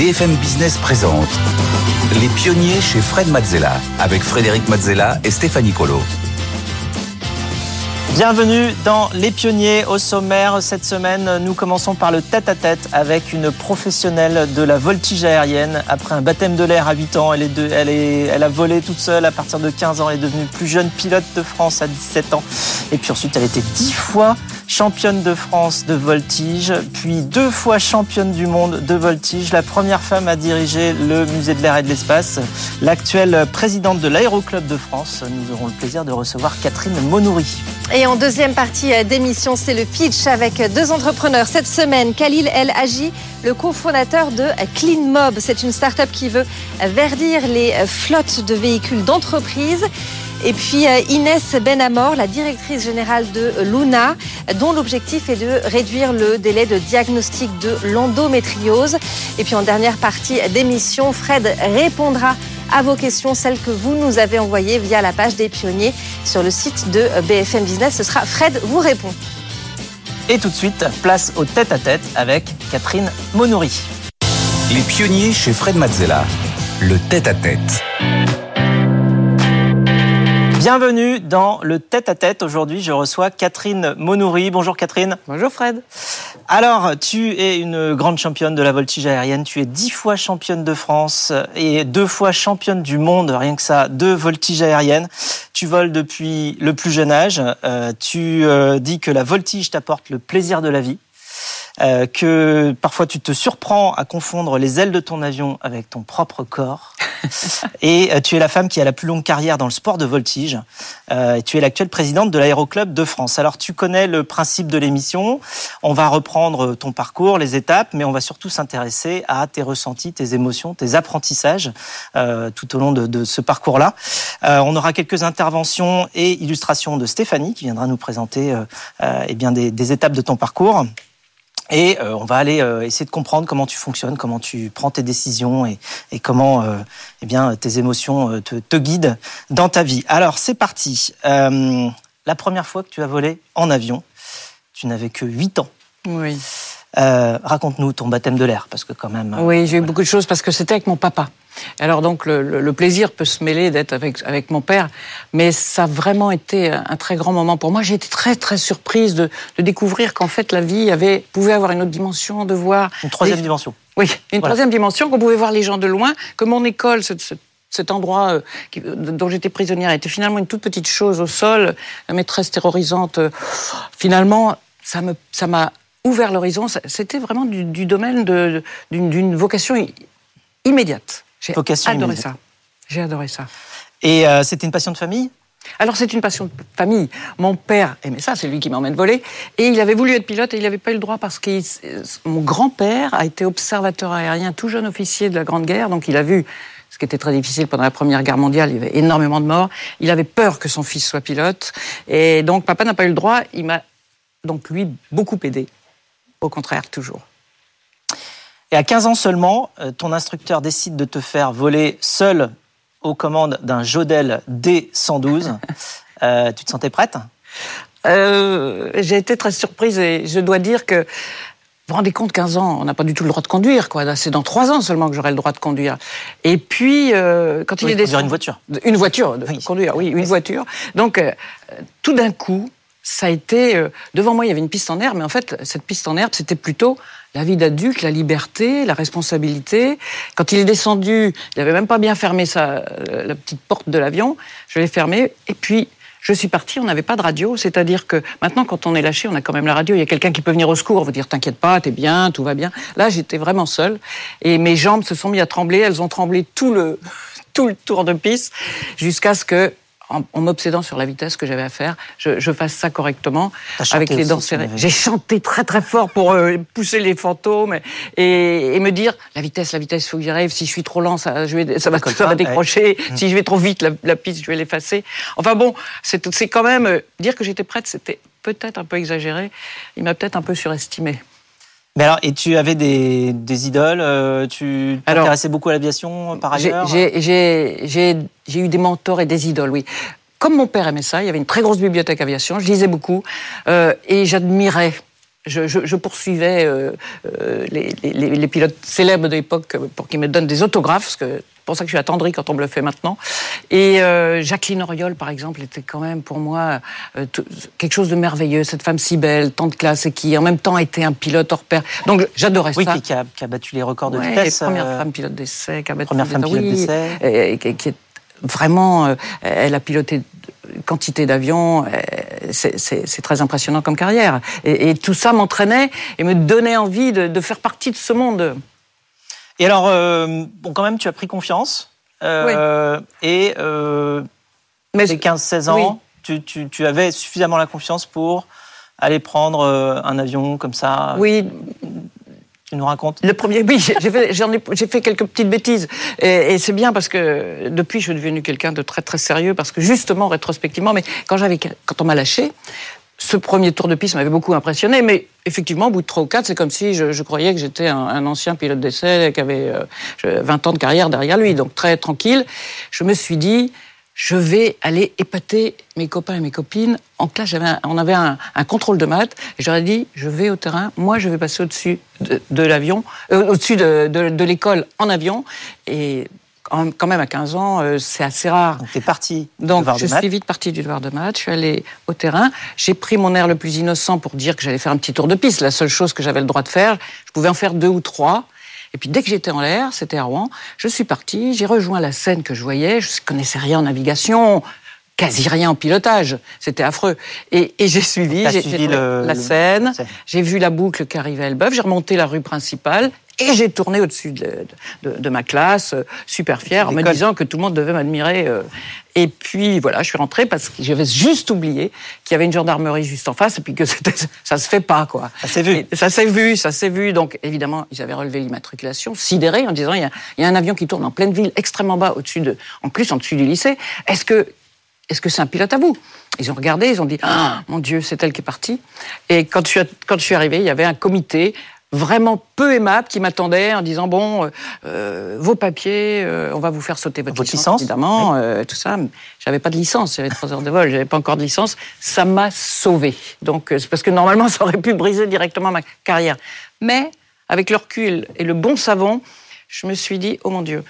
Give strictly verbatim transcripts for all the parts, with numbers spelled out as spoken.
F M Business présente Les pionniers chez Fred Mazzella, avec Frédéric Mazzella et Stéphanie Colo. Bienvenue dans Les Pionniers. Au sommaire cette semaine, nous commençons par le tête-à-tête avec une professionnelle de la voltige aérienne. Après un baptême de l'air à huit ans, elle, est de, elle, est, elle a volé toute seule. À partir de quinze ans, elle est devenue plus jeune pilote de France à dix-sept ans. Et puis ensuite, elle était dix fois championne de France de voltige, puis deux fois championne du monde de voltige. La première femme à diriger le musée de l'air et de l'espace. L'actuelle présidente de l'Aéroclub de France. Nous aurons le plaisir de recevoir Catherine Monoury. Et en deuxième partie d'émission, c'est le pitch avec deux entrepreneurs. Cette semaine, Khalil El Hadji, le cofondateur de CleanMob. C'est une start-up qui veut verdir les flottes de véhicules d'entreprise. Et puis Inès Benamor, la directrice générale de Luna, dont l'objectif est de réduire le délai de diagnostic de l'endométriose. Et puis en dernière partie d'émission, Fred répondra à vos questions, celles que vous nous avez envoyées via la page des pionniers sur le site de B F M Business. Ce sera Fred vous répond. Et tout de suite, place au tête-à-tête avec Catherine Monoury. Les pionniers chez Fred Mazzella, le tête-à-tête. Bienvenue dans le tête-à-tête. Aujourd'hui, je reçois Catherine Monoury. Bonjour Catherine. Bonjour Fred. Alors, tu es une grande championne de la voltige aérienne. Tu es dix fois championne de France et deux fois championne du monde, rien que ça, de voltige aérienne. Tu voles depuis le plus jeune âge. Euh, tu euh, dis que la voltige t'apporte le plaisir de la vie. Euh, que parfois tu te surprends à confondre les ailes de ton avion avec ton propre corps. Et euh, tu es la femme qui a la plus longue carrière dans le sport de voltige. Euh, et tu es l'actuelle présidente de l'Aéroclub de France. Alors tu connais le principe de l'émission. On va reprendre ton parcours, les étapes, mais on va surtout s'intéresser à tes ressentis, tes émotions, tes apprentissages euh, tout au long de, de ce parcours-là. Euh, on aura quelques interventions et illustrations de Stéphanie qui viendra nous présenter euh, euh, eh bien des, des étapes de ton parcours. Et euh, on va aller euh, essayer de comprendre comment tu fonctionnes, comment tu prends tes décisions et, et comment euh, eh bien, tes émotions euh, te, te guident dans ta vie. Alors, c'est parti. Euh, la première fois que tu as volé en avion, tu n'avais que huit ans. Oui. Euh, raconte-nous ton baptême de l'air, parce que quand même... Euh, oui, j'ai eu voilà. beaucoup de choses, parce que c'était avec mon papa. Alors donc, le, le, le plaisir peut se mêler d'être avec, avec mon père, mais ça a vraiment été un très grand moment pour moi. J'ai été très, très surprise de, de découvrir qu'en fait, la vie avait, pouvait avoir une autre dimension, de voir... Une troisième les... dimension. Oui, une voilà. troisième dimension, qu'on pouvait voir les gens de loin, que mon école, ce, ce, cet endroit euh, qui, dont j'étais prisonnière, était finalement une toute petite chose au sol, la maîtresse terrorisante. Euh, finalement, ça me, ça m'a ouvert l'horizon. C'était vraiment du, du domaine de, d'une, d'une vocation immédiate. J'ai vocation adoré immédiate. ça. J'ai adoré ça. Et euh, c'était une passion de famille ? Alors, c'est une passion de famille. Mon père aimait ça, c'est lui qui m'emmène voler. Et il avait voulu être pilote et il n'avait pas eu le droit parce que mon grand-père a été observateur aérien, tout jeune officier de la Grande Guerre. Donc, il a vu ce qui était très difficile pendant la Première Guerre mondiale. Il y avait énormément de morts. Il avait peur que son fils soit pilote. Et donc, papa n'a pas eu le droit. Il m'a, donc, lui, beaucoup aidé. Au contraire, toujours. Et à quinze ans seulement, ton instructeur décide de te faire voler seul aux commandes d'un Jodel D cent douze. euh, tu te sentais prête ? euh, J'ai été très surprise et je dois dire que, vous vous rendez compte, quinze ans, on n'a pas du tout le droit de conduire, quoi. C'est dans trois ans seulement que j'aurai le droit de conduire. Et puis, euh, quand oui, il est descendu... une voiture. Une voiture, de oui. conduire, oui, une voiture. Donc, euh, tout d'un coup, ça a été... Euh, devant moi, il y avait une piste en herbe, mais en fait, cette piste en herbe, c'était plutôt la vie d'adulte, la liberté, la responsabilité. Quand il est descendu, il n'avait même pas bien fermé sa, la petite porte de l'avion. Je l'ai fermée, et puis je suis partie. On n'avait pas de radio, c'est-à-dire que maintenant, quand on est lâché, on a quand même la radio. Il y a quelqu'un qui peut venir au secours, vous dire « T'inquiète pas, t'es bien, tout va bien ». Là, j'étais vraiment seule, et mes jambes se sont mises à trembler. Elles ont tremblé tout le, tout le tour de piste, jusqu'à ce que, en, en m'obsédant sur la vitesse que j'avais à faire, je, je fasse ça correctement, avec les dents serrées. J'ai chanté très très fort pour euh, pousser les fantômes et, et me dire la vitesse, la vitesse, il faut que j'y arrive. Si je suis trop lent, ça, je vais, ça, va, ça va décrocher. Ouais. Si je vais trop vite, la, la piste, je vais l'effacer. Enfin bon, c'est, c'est quand même... Euh, dire que j'étais prête, c'était peut-être un peu exagéré. Il m'a peut-être un peu surestimé. Mais alors, et tu avais des, des idoles, euh, tu t'intéressais beaucoup à l'aviation par ailleurs? J'ai, j'ai, j'ai, j'ai eu des mentors et des idoles, oui. Comme mon père aimait ça, il y avait une très grosse bibliothèque aviation, je lisais beaucoup, euh, et j'admirais Je, je, je poursuivais euh, euh, les, les, les pilotes célèbres de l'époque pour qu'ils me donnent des autographes, parce que c'est pour ça que je suis attendrie quand on me le fait maintenant. Et euh, Jacqueline Auriol, par exemple, était quand même pour moi euh, tout, quelque chose de merveilleux. Cette femme si belle, tant de classe, et qui en même temps était un pilote hors pair. Donc j'adorais oui, ça. Oui, qui, qui a battu les records de ouais, vitesse. Première euh... femme pilote d'essai, qui a battu première femme pilote oui, d'essai. Et, et, qui est vraiment, euh, elle a piloté quantité d'avions, c'est, c'est, c'est très impressionnant comme carrière. Et, et tout ça m'entraînait et me donnait envie de, de faire partie de ce monde. Et alors, euh, bon, quand même, tu as pris confiance. Euh, oui. Et euh, Mais tes quinze seize ans, oui. tu, tu, tu avais suffisamment la confiance pour aller prendre un avion comme ça. Oui. Tu nous racontes ? Le premier, oui, j'ai fait, j'en ai, j'ai fait quelques petites bêtises. Et, et c'est bien parce que depuis, je suis devenu quelqu'un de très, très sérieux parce que justement, rétrospectivement, mais quand j'avais, quand on m'a lâché, ce premier tour de piste m'avait beaucoup impressionné. Mais effectivement, au bout de trois ou quatre, c'est comme si je, je croyais que j'étais un, un ancien pilote d'essai qui avait euh, vingt ans de carrière derrière lui. Donc très tranquille. Je me suis dit, je vais aller épater mes copains et mes copines. En classe, j'avais un, on avait un, un contrôle de maths. Et j'aurais dit, je vais au terrain. Moi, je vais passer au-dessus de, de l'avion, euh, au-dessus de, de, de l'école en avion. Et en, quand même, à quinze ans, euh, c'est assez rare. Donc, t'es parti. Donc, je suis vite partie du devoir de maths. Je suis allée au terrain. J'ai pris mon air le plus innocent pour dire que j'allais faire un petit tour de piste. La seule chose que j'avais le droit de faire, je pouvais en faire deux ou trois. Et puis dès que j'étais en l'air, c'était à Rouen, je suis partie, j'ai rejoint la Seine que je voyais, je connaissais rien en navigation, quasi rien en pilotage, c'était affreux. Et, et j'ai suivi, j'ai, suivi j'ai le, la le... Seine, j'ai vu la boucle qui arrivait à Elbeuf, j'ai remonté la rue principale et j'ai tourné au-dessus de, de, de ma classe, super fière, en me disant que tout le monde devait m'admirer. Et puis voilà, je suis rentrée parce que j'avais juste oublié qu'il y avait une gendarmerie juste en face et puis que c'était, ça se fait pas, quoi. Ça s'est vu. Et ça s'est vu, ça s'est vu. Donc évidemment, ils avaient relevé l'immatriculation, sidérés, en disant il y a, il y a un avion qui tourne en pleine ville, extrêmement bas, au-dessus de, en plus en dessus du lycée. Est-ce que Est-ce que c'est un pilote à vous ? Ils ont regardé, ils ont dit ah, mon Dieu, c'est elle qui est partie. Et quand je suis, quand je suis arrivée, il y avait un comité vraiment peu aimable qui m'attendait en disant bon, euh, vos papiers, euh, on va vous faire sauter votre, votre licence, licence, évidemment, oui. euh, tout ça. J'avais pas de licence, j'avais trois heures de vol, j'avais pas encore de licence. Ça m'a sauvée. Donc c'est parce que normalement ça aurait pu briser directement ma carrière. Mais avec le recul et le bon savon, je me suis dit, oh mon Dieu,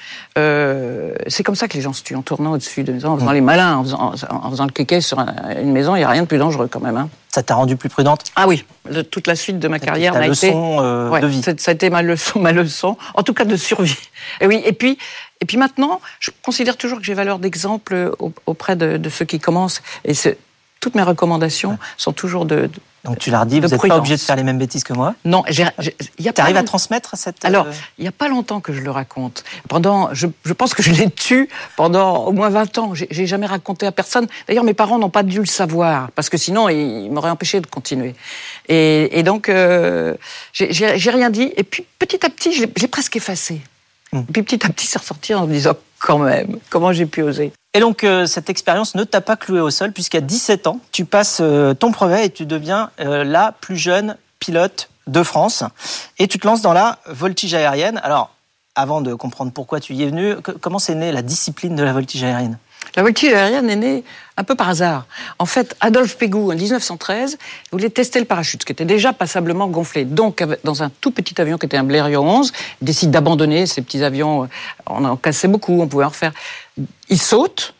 euh, c'est comme ça que les gens se tuent, en tournant au-dessus de maison, en faisant les malins, en faisant, en faisant le kéké sur un, une maison, il n'y a rien de plus dangereux quand même. Hein. Ça t'a rendu plus prudente ? Ah oui, le, toute la suite de ma carrière ta m'a leçon, été... euh, ouais, de vie. Ça a été ma leçon, ma leçon, en tout cas de survie. Et oui, et puis, et puis maintenant, je considère toujours que j'ai valeur d'exemple auprès de, de ceux qui commencent, et c'est, toutes mes recommandations ouais. sont toujours de... de Donc tu l'as redit, vous n'êtes pas obligé de faire les mêmes bêtises que moi. Non, j'ai, j'ai, y a tu arrives à transmettre cette... Alors, il n'y a pas longtemps que je le raconte. Pendant, je, je pense que je l'ai tué pendant au moins vingt ans. J'ai, j'ai jamais raconté à personne. D'ailleurs, mes parents n'ont pas dû le savoir, parce que sinon, ils m'auraient empêché de continuer. Et, et donc, euh, j'ai, j'ai, j'ai rien dit. Et puis, petit à petit, je l'ai, je l'ai presque effacé. Hum. Et puis, petit à petit, c'est ressorti en me disant, quand même, comment j'ai pu oser. Et donc, euh, cette expérience ne t'a pas cloué au sol, puisqu'à dix-sept ans, tu passes euh, ton brevet et tu deviens euh, la plus jeune pilote de France. Et tu te lances dans la voltige aérienne. Alors, avant de comprendre pourquoi tu y es venu, que, comment c'est né la discipline de la voltige aérienne ? La voltige aérienne est née un peu par hasard. En fait, Adolphe Pégoud, en dix-neuf cent treize, voulait tester le parachute, qui était déjà passablement gonflé. Donc, dans un tout petit avion qui était un Blériot onze, il décide d'abandonner ces petits avions. On en cassait beaucoup, on pouvait en refaire. Il saute,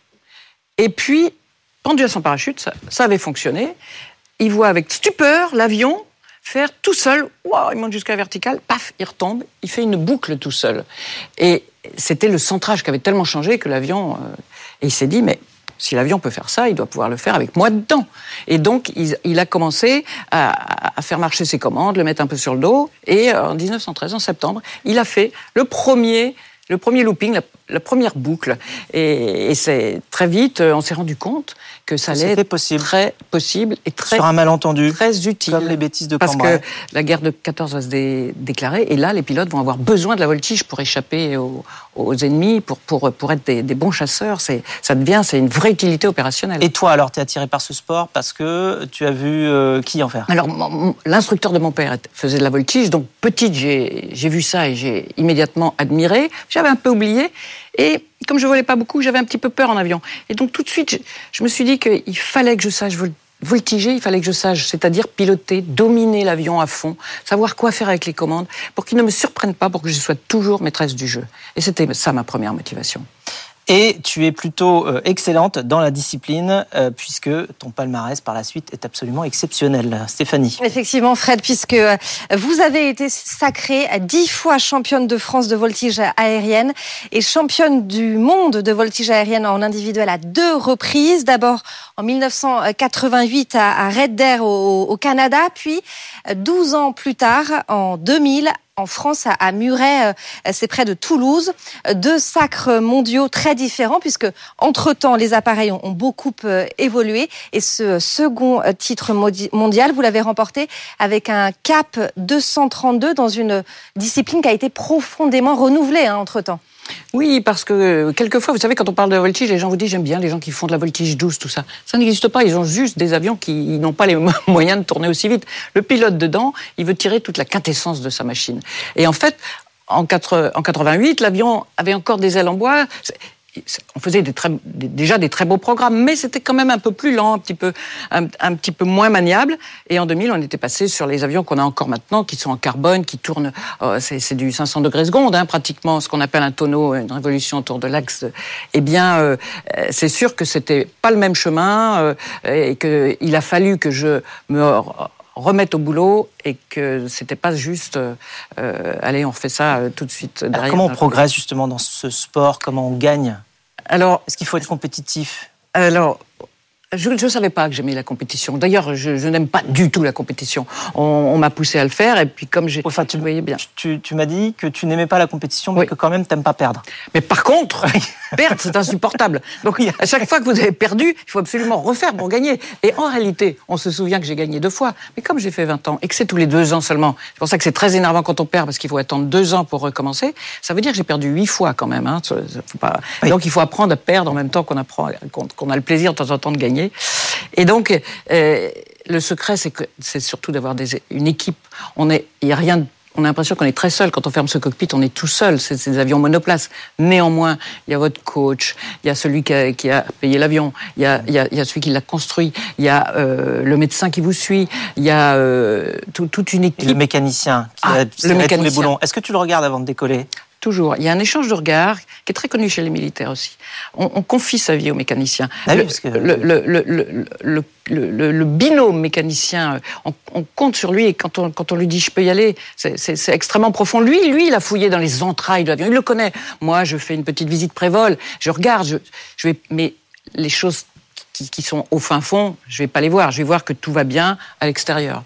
et puis, pendu à son parachute, ça, ça avait fonctionné. Il voit avec stupeur l'avion faire tout seul, wow, il monte jusqu'à la verticale, paf, il retombe, il fait une boucle tout seul. Et c'était le centrage qui avait tellement changé que l'avion... Euh, et il s'est dit, mais si l'avion peut faire ça, il doit pouvoir le faire avec moi dedans. Et donc, il, il a commencé à, à faire marcher ses commandes, le mettre un peu sur le dos. Et en dix-neuf cent treize, en septembre, il a fait le premier, le premier looping, la, la première boucle. Et, et c'est très vite, on s'est rendu compte que ça allait être possible. très possible et très, sur un malentendu, très utile. Comme les bêtises de Parce Cambrai. que la guerre de quatorze va se dé- déclarer, et là, les pilotes vont avoir besoin de la voltige pour échapper aux, aux ennemis, pour, pour, pour être des, des bons chasseurs. C'est, ça devient, c'est une vraie utilité opérationnelle. Et toi, alors, t'es attiré par ce sport parce que tu as vu euh, qui en faire ? Alors, mon, l'instructeur de mon père faisait de la voltige, donc petite, j'ai, j'ai vu ça et j'ai immédiatement admiré. J'avais un peu oublié, et comme je volais pas beaucoup, j'avais un petit peu peur en avion. Et donc, tout de suite, je, je me suis dit qu'il fallait que je sache vol- voltiger, il fallait que je sache, c'est-à-dire piloter, dominer l'avion à fond, savoir quoi faire avec les commandes, pour qu'il ne me surprenne pas, pour que je sois toujours maîtresse du jeu. Et c'était ça ma première motivation. Et tu es plutôt euh, excellente dans la discipline, euh, puisque ton palmarès par la suite est absolument exceptionnel. Stéphanie. Effectivement, Fred, puisque vous avez été sacrée dix fois championne de France de voltige aérienne et championne du monde de voltige aérienne en individuel à deux reprises. D'abord en dix-neuf cent quatre-vingt-huit à Red Deer au, au Canada, puis douze ans plus tard, en deux mille, en France, à Muret, c'est près de Toulouse. Deux sacres mondiaux très différents, puisque entre-temps, les appareils ont beaucoup évolué. Et ce second titre mondial, vous l'avez remporté avec un cap deux cent trente-deux dans une discipline qui a été profondément renouvelée hein, entre-temps. Oui, parce que quelquefois, vous savez, quand on parle de voltige, les gens vous disent « j'aime bien les gens qui font de la voltige douce, tout ça ». Ça n'existe pas, ils ont juste des avions qui n'ont pas les moyens de tourner aussi vite. Le pilote dedans, il veut tirer toute la quintessence de sa machine. Et en fait, en quatre-vingt-huit, l'avion avait encore des ailes en bois. On faisait des très, déjà des très beaux programmes, mais c'était quand même un peu plus lent, un petit peu, un, un petit peu moins maniable. Et en deux mille, on était passé sur les avions qu'on a encore maintenant, qui sont en carbone, qui tournent, euh, c'est, c'est du cinq cents degrés seconde, hein, pratiquement, ce qu'on appelle un tonneau, une révolution autour de l'axe. Eh bien, euh, c'est sûr que c'était pas le même chemin, euh, et qu'il a fallu que je me remettre au boulot et que c'était pas juste euh, allez on refait ça euh, tout de suite derrière. Alors comment on progresse justement dans ce sport, comment on gagne? Alors, est-ce qu'il faut être compétitif? Alors, je ne savais pas que j'aimais la compétition. D'ailleurs, je, je n'aime pas du tout la compétition. On, on m'a poussé à le faire, et puis comme j'ai... Enfin, tu me voyais bien. Tu, tu m'as dit que tu n'aimais pas la compétition, mais oui. que quand même, tu n'aimes pas perdre. Mais par contre, perdre, c'est insupportable. Donc, à chaque fois que vous avez perdu, il faut absolument refaire pour gagner. Et en réalité, on se souvient que j'ai gagné deux fois. Mais comme j'ai fait vingt ans, et que c'est tous les deux ans seulement, c'est pour ça que c'est très énervant quand on perd, parce qu'il faut attendre deux ans pour recommencer, ça veut dire que j'ai perdu huit fois quand même. Hein. Faut pas... oui. Donc, il faut apprendre à perdre en même temps qu'on apprend, qu'on a le plaisir de temps en temps de gagner. Et donc, euh, le secret, c'est que c'est surtout d'avoir des, une équipe. On est, il y a rien. On a l'impression qu'on est très seul. Quand on ferme ce cockpit, on est tout seul. C'est, c'est des avions monoplaces. Néanmoins, il y a votre coach, il y a celui qui a, qui a payé l'avion, il y a, il y a, il y a celui qui l'a construit, il y a euh, le médecin qui vous suit, il y a euh, tout, toute une équipe. Et le mécanicien qui ah, a le mécanicien. Tous les boulons. Est-ce que tu le regardes avant de décoller? Toujours. Il y a un échange de regards qui est très connu chez les militaires aussi. On, on confie sa vie aux mécaniciens. Ah oui, le, parce que... le, le, le, le, le, le, le binôme mécanicien, on, on compte sur lui et quand on, quand on lui dit je peux y aller, c'est, c'est, c'est extrêmement profond. Lui, lui, il a fouillé dans les entrailles de l'avion. Il le connaît. Moi, je fais une petite visite pré-vol, je regarde, je, je vais, mais les choses qui, qui sont au fin fond, je vais pas les voir. Je vais voir que tout va bien à l'extérieur.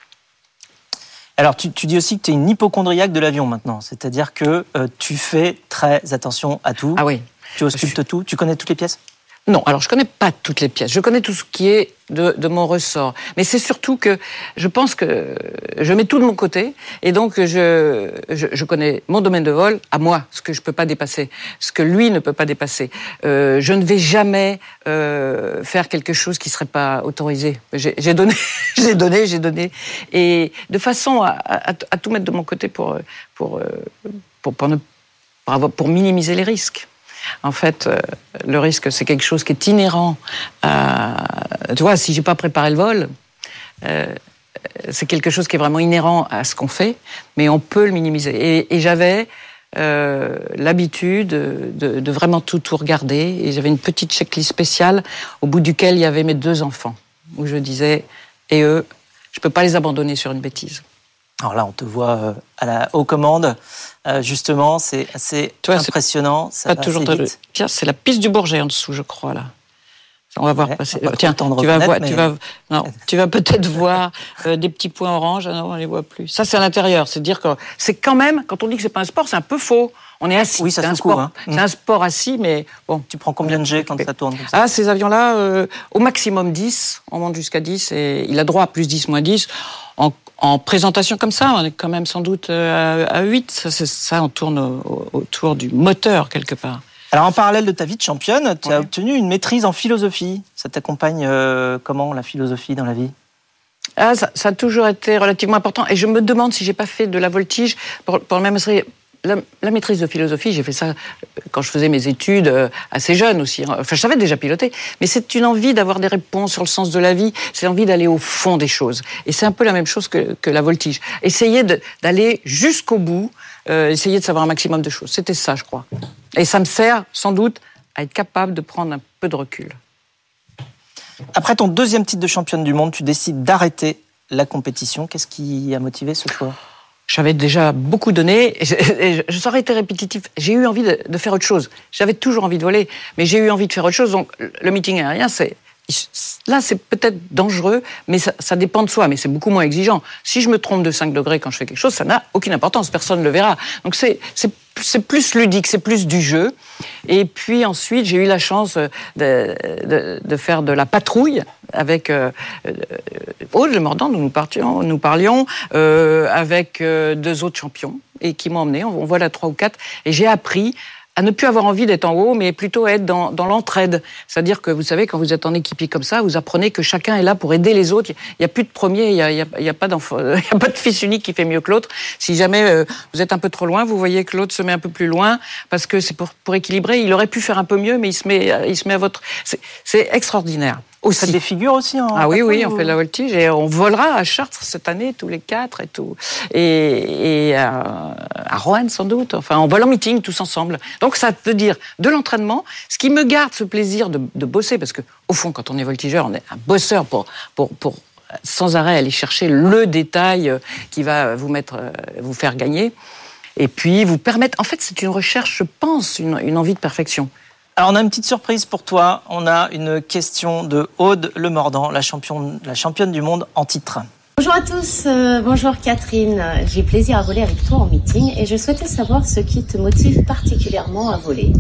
Alors, tu, tu dis aussi que tu es une hypocondriaque de l'avion maintenant, c'est-à-dire que euh, tu fais très attention à tout. Ah oui. Tu auscultes tout. Tu connais toutes les pièces? Non, alors je connais pas toutes les pièces. Je connais tout ce qui est de, de mon ressort. Mais c'est surtout que je pense que je mets tout de mon côté et donc je, je, je connais mon domaine de vol à moi, ce que je peux pas dépasser, ce que lui ne peut pas dépasser. Euh, je ne vais jamais euh, faire quelque chose qui serait pas autorisé. J'ai, j'ai donné, j'ai donné, j'ai donné, et de façon à, à, à tout mettre de mon côté pour pour pour pour, ne, pour, pour minimiser les risques. En fait, euh, le risque, c'est quelque chose qui est inhérent à... Tu vois, si j'ai pas préparé le vol, euh, c'est quelque chose qui est vraiment inhérent à ce qu'on fait, mais on peut le minimiser. Et, et j'avais euh, l'habitude de, de vraiment tout, tout regarder, et j'avais une petite checklist spéciale au bout duquel il y avait mes deux enfants, où je disais, et eux, je peux pas les abandonner sur une bêtise. Alors là, on te voit à la haut commande. Euh, justement, c'est assez vois, impressionnant. C'est ça pas toujours de... Tiens, c'est la piste du Bourget en dessous, je crois là. On va voir ouais, passer. On Tiens, tu vas voir, mais... tu vas, non, tu vas peut-être voir euh, des petits points orange. Ah non, on les voit plus. Ça, c'est à l'intérieur. C'est dire que c'est quand même, quand on dit que c'est pas un sport, c'est un peu faux. On est assis. Oui, ça c'est un sport. Hein. C'est un sport assis, mais bon. Tu prends combien de G quand ça tourne comme ça? Ah, ces avions-là, euh, au maximum dix. On monte jusqu'à dix et il a droit à plus dix, moins dix. En, en présentation comme ça, on est quand même sans doute à, à huit. Ça, c'est, ça, on tourne au, autour du moteur quelque part. Alors, en parallèle de ta vie de championne, tu ouais. as obtenu une maîtrise en philosophie. Ça t'accompagne euh, comment, la philosophie, dans la vie? Ah, ça, ça a toujours été relativement important. Et je me demande si j'ai pas fait de la voltige pour, pour le même la, la maîtrise de philosophie, j'ai fait ça quand je faisais mes études assez jeune aussi. Enfin, je savais déjà piloter, mais c'est une envie d'avoir des réponses sur le sens de la vie, c'est l'envie d'aller au fond des choses. Et c'est un peu la même chose que, que la voltige. Essayer de, d'aller jusqu'au bout, euh, essayer de savoir un maximum de choses. C'était ça, je crois. Et ça me sert, sans doute, à être capable de prendre un peu de recul. Après ton deuxième titre de championne du monde, tu décides d'arrêter la compétition. Qu'est-ce qui a motivé ce choix ? J'avais déjà beaucoup donné, et je, et je, ça aurait été répétitif. J'ai eu envie de, de faire autre chose. J'avais toujours envie de voler, mais j'ai eu envie de faire autre chose. Donc le meeting aérien, c'est là, c'est peut-être dangereux, mais ça, ça dépend de soi. Mais c'est beaucoup moins exigeant. Si je me trompe de cinq degrés quand je fais quelque chose, ça n'a aucune importance. Personne ne le verra. Donc c'est, c'est, c'est plus ludique, c'est plus du jeu. Et puis ensuite, j'ai eu la chance de, de, de faire de la patrouille avec euh, Aude Le Mordant, dont nous, partions, nous parlions, euh, avec euh, deux autres champions, et qui m'ont emmené, on, on voit là trois ou quatre, et j'ai appris à ne plus avoir envie d'être en haut, mais plutôt être dans, dans l'entraide. C'est-à-dire que, vous savez, quand vous êtes en équipier comme ça, vous apprenez que chacun est là pour aider les autres. Il n'y a plus de premier, il n'y a, il y a, il y a pas d'enfant, il y a pas de fils unique qui fait mieux que l'autre. Si jamais euh, vous êtes un peu trop loin, vous voyez que l'autre se met un peu plus loin, parce que c'est pour, pour équilibrer. Il aurait pu faire un peu mieux, mais il se met, il se met à votre... C'est, c'est extraordinaire. Aussi. Vous faites des figures aussi en Ah oui, oui, on fait de la voltige et on volera à Chartres cette année, tous les quatre et tout. Et, et à, à Roanne, sans doute. Enfin, on vole en meeting tous ensemble. Donc, ça veut dire de l'entraînement. Ce qui me garde ce plaisir de, de bosser, parce que, au fond, quand on est voltigeur, on est un bosseur pour, pour, pour sans arrêt aller chercher le détail qui va vous mettre, vous faire gagner. Et puis, vous permettre. En fait, c'est une recherche, je pense, une, une envie de perfection. Alors, on a une petite surprise pour toi. On a une question de Aude Le Mordant, la championne, la championne du monde en titre. Bonjour à tous, euh, bonjour Catherine. J'ai plaisir à voler avec toi en meeting et je souhaitais savoir ce qui te motive particulièrement à voler.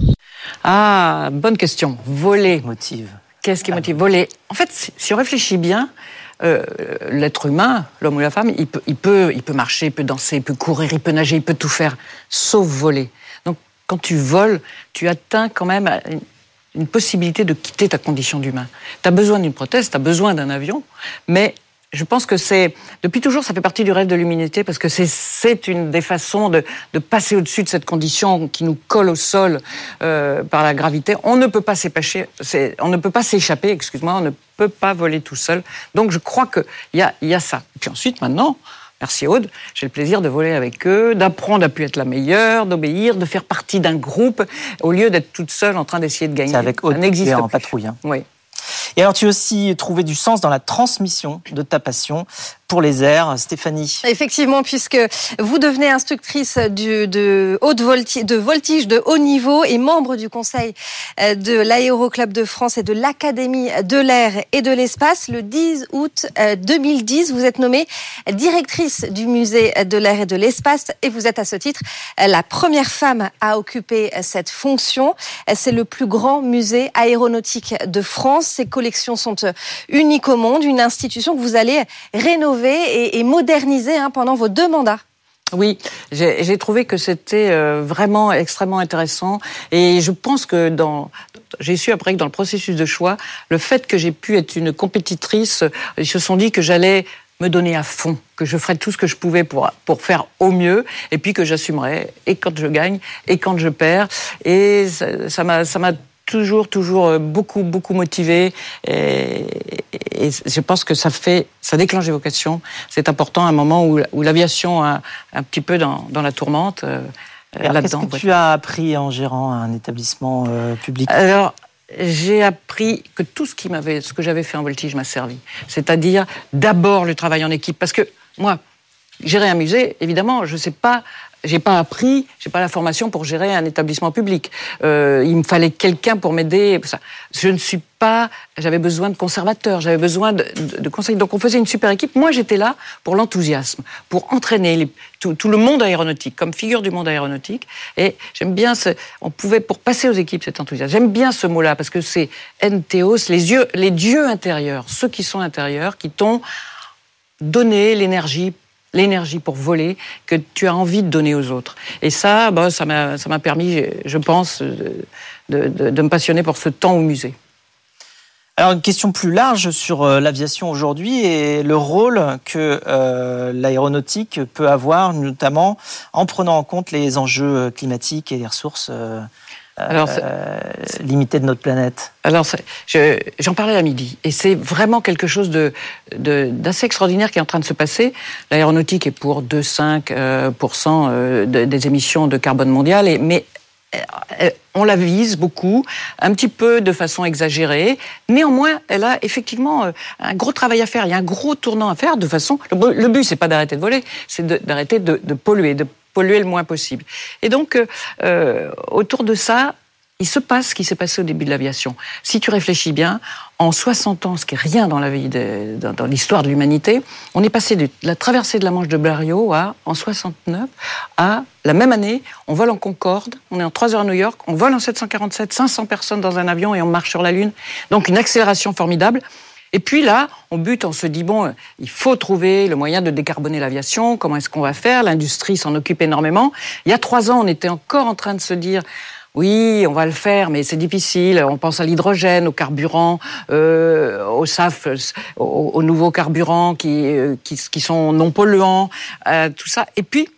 Ah, bonne question. Voler. Motive. Qu'est-ce qui motive ? Voler. En fait, si on réfléchit bien, euh, l'être humain, l'homme ou la femme, il peut, il peut, il peut marcher, il peut danser, il peut courir, il peut nager, il peut tout faire, sauf voler. Donc, quand tu voles, tu atteins quand même une, une possibilité de quitter ta condition d'humain. Tu as besoin d'une prothèse, tu as besoin d'un avion, mais je pense que c'est, depuis toujours, ça fait partie du rêve de l'humanité, parce que c'est, c'est une des façons de, de passer au-dessus de cette condition qui nous colle au sol euh, par la gravité. On ne peut pas s'échapper, c'est, on ne peut pas s'échapper, excuse-moi, on ne peut pas voler tout seul. Donc je crois qu'il y a, y a ça. Et puis ensuite, maintenant, merci Aude, j'ai le plaisir de voler avec eux, d'apprendre à plus être la meilleure, d'obéir, de faire partie d'un groupe, au lieu d'être toute seule en train d'essayer de gagner. C'est avec Aude ça n'existe en plus. patrouille. Hein. Oui. Et alors, tu as aussi trouvé du sens dans la transmission de ta passion pour les airs, Stéphanie. Effectivement, puisque vous devenez instructrice du, de, haute voltige, de voltige de haut niveau et membre du conseil de l'Aéroclub de France et de l'Académie de l'air et de l'espace. Le dix août deux mille dix, vous êtes nommée directrice du musée de l'air et de l'espace et vous êtes à ce titre la première femme à occuper cette fonction. C'est le plus grand musée aéronautique de France. Ses collections sont uniques au monde, une institution que vous allez rénover et, et moderniser hein, pendant vos deux mandats. Oui, j'ai, j'ai trouvé que c'était euh, vraiment extrêmement intéressant et je pense que dans, j'ai su après que dans le processus de choix, le fait que j'ai pu être une compétitrice, ils se sont dit que j'allais me donner à fond, que je ferais tout ce que je pouvais pour, pour faire au mieux et puis que j'assumerais et quand je gagne et quand je perds et ça, ça m'a, ça m'a toujours, toujours beaucoup, beaucoup motivé et, et je pense que ça fait, ça déclenche des vocations. C'est important à un moment où, où l'aviation a un petit peu dans, dans la tourmente. Euh, Alors, là-dedans. Qu'est-ce que tu as appris en gérant un établissement euh, public ? Alors, j'ai appris que tout ce qui m'avait, ce que j'avais fait en voltige m'a servi. C'est-à-dire d'abord le travail en équipe, parce que moi, gérer un musée, évidemment, je sais pas. J'ai pas appris, j'ai pas la formation pour gérer un établissement public. Euh, il me fallait quelqu'un pour m'aider. Je ne suis pas, j'avais besoin de conservateurs, j'avais besoin de, de, de conseils. Donc on faisait une super équipe. Moi j'étais là pour l'enthousiasme, pour entraîner les, tout, tout le monde aéronautique, comme figure du monde aéronautique. Et j'aime bien ce, on pouvait pour passer aux équipes cet enthousiasme. J'aime bien ce mot-là parce que c'est entheos, les yeux, les dieux intérieurs, ceux qui sont intérieurs, qui t'ont donné l'énergie. l'énergie pour voler que tu as envie de donner aux autres. Et ça, bah, ça m'a, ça m'a permis, je pense, de, de, de me passionner pour ce temps au musée. Alors, une question plus large sur euh, l'aviation aujourd'hui et le rôle que euh, l'aéronautique peut avoir, notamment en prenant en compte les enjeux climatiques et les ressources euh, Alors, euh, limitées de notre planète. Alors, je, j'en parlais à midi, et c'est vraiment quelque chose de, de, d'assez extraordinaire qui est en train de se passer. L'aéronautique est pour deux virgule cinq pour cent euh, de, des émissions de carbone mondiales, et, mais on la vise beaucoup, un petit peu de façon exagérée. Néanmoins, elle a effectivement un gros travail à faire. Il y a un gros tournant à faire de façon... Le but, c'est pas d'arrêter de voler, c'est de, d'arrêter de, de polluer, de polluer le moins possible. Et donc, euh, autour de ça, il se passe ce qui s'est passé au début de l'aviation. Si tu réfléchis bien, en soixante ans, ce qui est rien dans la vie de, dans, dans l'histoire de l'humanité, on est passé de la traversée de la Manche de Blériot à, en soixante-neuf, à la même année, on vole en Concorde, on est en trois heures à New York, on vole en sept cent quarante-sept, cinq cents personnes dans un avion et on marche sur la Lune. Donc une accélération formidable. Et puis là, on bute, on se dit, bon, il faut trouver le moyen de décarboner l'aviation, comment est-ce qu'on va faire? L'industrie s'en occupe énormément. Il y a trois ans, on était encore en train de se dire... Oui, on va le faire, mais c'est difficile. On pense à l'hydrogène, au carburant, euh, au S A F, aux, aux nouveaux carburants qui, euh, qui, qui sont non polluants, euh, tout ça. Et puis,